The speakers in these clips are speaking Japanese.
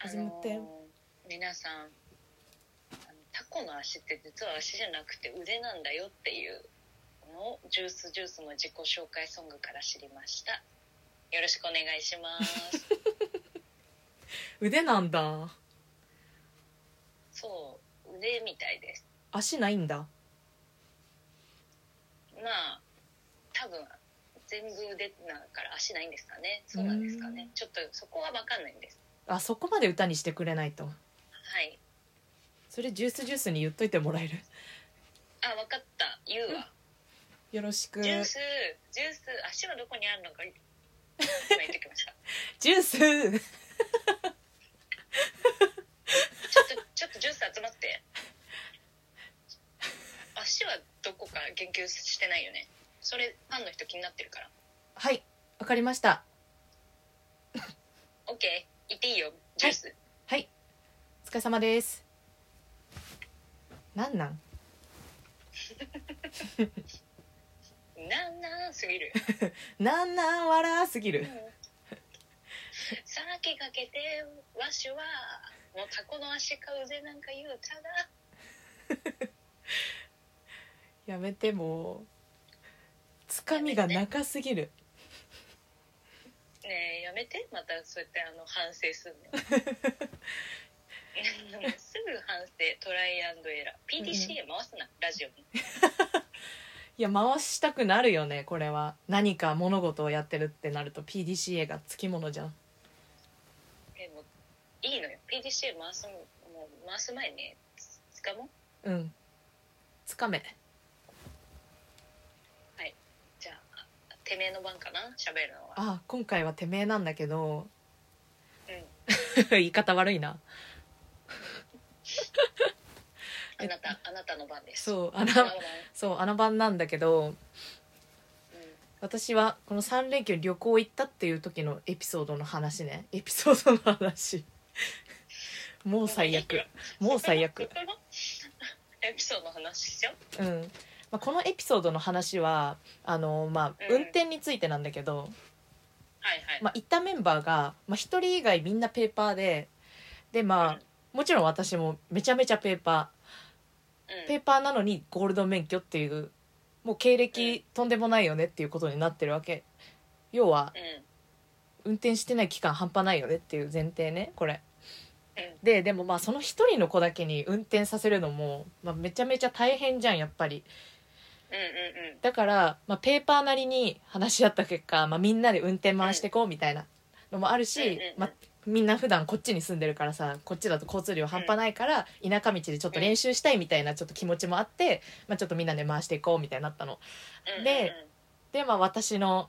始まったよ。 皆さん、タコの足って実は足じゃなくて腕なんだよっていうのをジュースの自己紹介ソングから知りました。よろしくお願いします腕なんだ。 そう腕みたいです。 足ないんだ。 まあ多分全部腕だから足ないんですかね。そうなんですかね。ちょっとそこは分かんないんです。 あ、そこまで歌にしてくれないと。 はい。 それジュースに言っといてもらえる？ あ、分かった。言うわ。 よろしく。 ジュース足はどこにあるのか今言ってきましたジュースちょっとジュース集まって。足はどこか言及してないよね。それファンの人気になってるから。 はい、わかりました。 オッケー、言っていいよ。ジュース。 はい、お疲れ様です。なんなんすぎるなん笑すぎる先かけてわしはもうタコの足か腕なんか言うただやめて、もうつかみが長すぎる。 ねえやめて、またそうやって反省するのすぐ反省、トライアンドエラー。 PDCA 回すな、ラジオにいや、回したくなるよね。これは何か物事をやってるってなると PDCA がつきものじゃん。 もういいのよ PDCA 回す前につかもう。 つかめ。 はい、じゃあてめえの番かな、喋るのは。 あ、今回はてめえなんだけど、言い方悪いなあなたの番です。 そうあの番なんだけど、私はこの3連休旅行行ったっていう時のエピソードの話ね。エピソードの話もう最悪エピソードの話しちゃう。 このエピソードの話は運転についてなんだけど、行ったメンバーが、1人以外みんなペーパーで、もちろん私もめちゃめちゃペーパーなのにゴールド免許っていう、もう経歴とんでもないよねっていうことになってるわけ。要は、運転してない期間半端ないよねっていう前提ね、これでもその一人の子だけに運転させるのも、めちゃめちゃ大変じゃん、やっぱり。だから、ペーパーなりに話し合った結果、みんなで運転回してこうみたいなのもあるし、みんな普段こっちに住んでるからさ、こっちだと交通量半端ないから、田舎道でちょっと練習したいみたいなちょっと気持ちもあって、ちょっとみんなで回していこうみたいになったの。で私の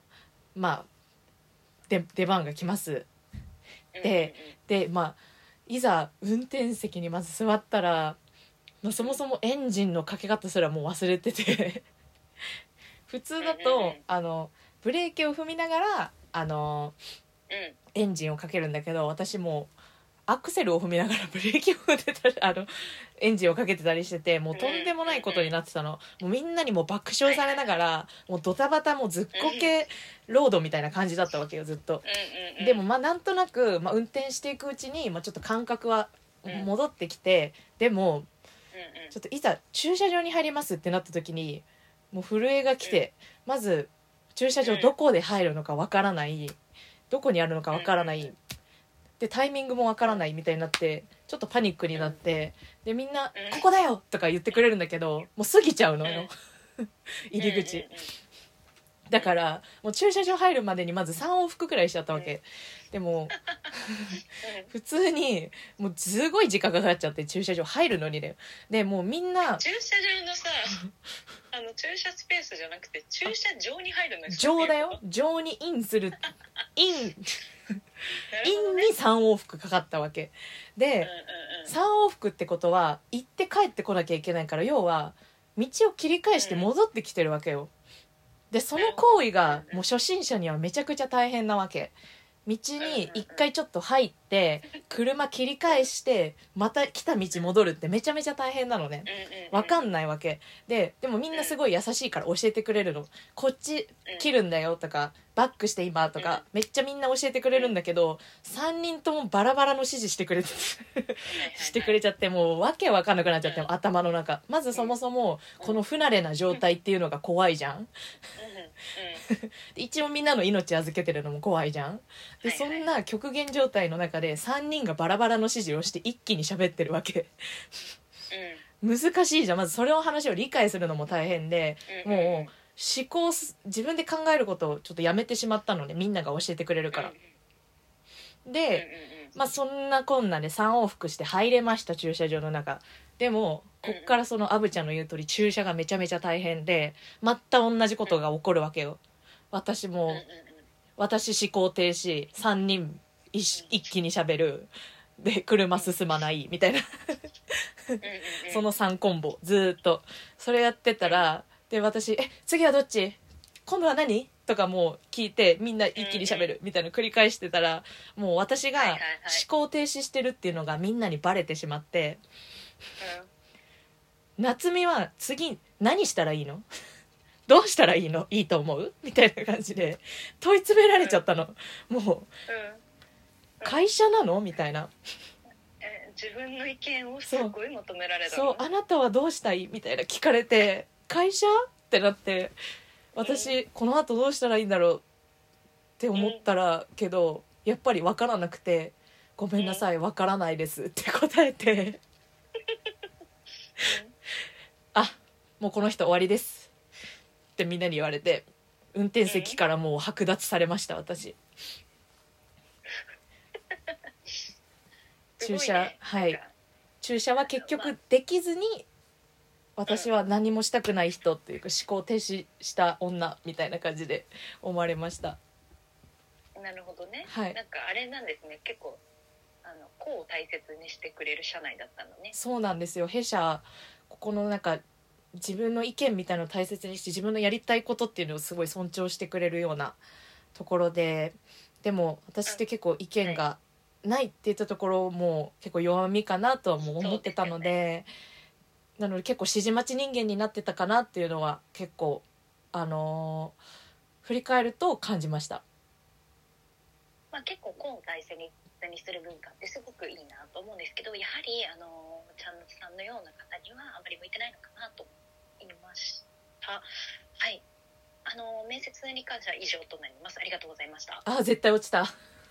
出番が来ます。でいざ運転席にまず座ったら、そもそもエンジンのかけ方すらもう忘れてて普通だとブレーキを踏みながらエンジンをかけるんだけど、私もうアクセルを踏みながらブレーキを踏んでたりエンジンをかけてたりしてて、もうとんでもないことになってたの。もうみんなにもう爆笑されながら、もうドタバタ、もうずっこけロードみたいな感じだったわけよ、ずっと。でもなんとなく、運転していくうちに、ちょっと感覚は戻ってきて、でもちょっといざ駐車場に入りますってなった時にもう震えが来て、まず駐車場どこで入るのかわからない、どこにあるのかわからない、でタイミングもわからないみたいになって、ちょっとパニックになって、でみんなここだよとか言ってくれるんだけど、もう過ぎちゃうのよ入り口だから、もう駐車場入るまでにまず3往復くらいしちゃったわけ。でも普通にもうすごい時間がかかっちゃって、駐車場入るのにだよ。でもうみんな駐車場のさ駐車スペースじゃなくて駐車場に入るのよ。 場だよ、場にインするインに3往復かかったわけで、3往復ってことは行って帰ってこなきゃいけないから、要は道を切り返して戻ってきてるわけよ。でその行為がもう初心者にはめちゃくちゃ大変なわけ。道に一回ちょっと入って車切り返してまた来た道戻るってめちゃめちゃ大変なのね。分かんないわけでもみんなすごい優しいから教えてくれるの。こっち切るんだよとか、 バックして今とか、めっちゃみんな教えてくれるんだけど、3人ともバラバラの指示してくれてしてくれちゃって、もうわけわかんなくなっちゃって、頭の中。まずそもそもこの不慣れな状態っていうのが怖いじゃん。一応みんなの命預けてるのも怖いじゃん。でそんな極限状態の中で3人がバラバラの指示をして一気に喋ってるわけ。難しいじゃん。まずそれの話を理解するのも大変で、もう自分で考えることをちょっとやめてしまったので、みんなが教えてくれるから。で、まあそんなこんなで3往復して入れました、駐車場の中。でもこっからそのアブちゃんの言う通り駐車がめちゃめちゃ大変で、また同じことが起こるわけよ。私思考停止、3人一気に喋るで、車進まないみたいなその3コンボずっとそれやってたら、で私次はどっち、今度は何とかもう聞いて、みんな一気に喋るみたいなの繰り返してたら、もう私が思考停止してるっていうのがみんなにバレてしまって、夏美は次何したらいいのどうしたらいいの、いいと思うみたいな感じで問い詰められちゃったの。もう会社なのみたいな。 自分の意見をすごい求められたの。 そう、あなたはどうしたいみたいな聞かれて、会社ってなって、私この後どうしたらいいんだろうって思ったら、けどやっぱり分からなくて、ごめんなさい、分からないですって答えてあ、もうこの人終わりですってみんなに言われて、運転席からもう剥奪されました、私。駐車、はい、駐車は結局できずに、私は何もしたくない人っていうか思考停止した女みたいな感じで思われました。 なるほどね、 はい、 なんかあれなんですね、結構個を大切にしてくれる社内だったのね。 そうなんですよ。弊社ここのなんか自分の意見みたいなのを大切にして、自分のやりたいことっていうのをすごい尊重してくれるようなところで、でも私って結構意見がないって言ったところも結構弱みかなとはもう思ってたの で、なので結構指示待ち人間になってたかなっていうのは結構振り返ると感じました。 まあ、結構個を大切にする文化ってすごくいいなと思うんですけど、やはりちゃんさんのような方にはあまり向いてないのかなと思いました。はい、面接に関しては以上となります。ありがとうございました。 あ、絶対落ちた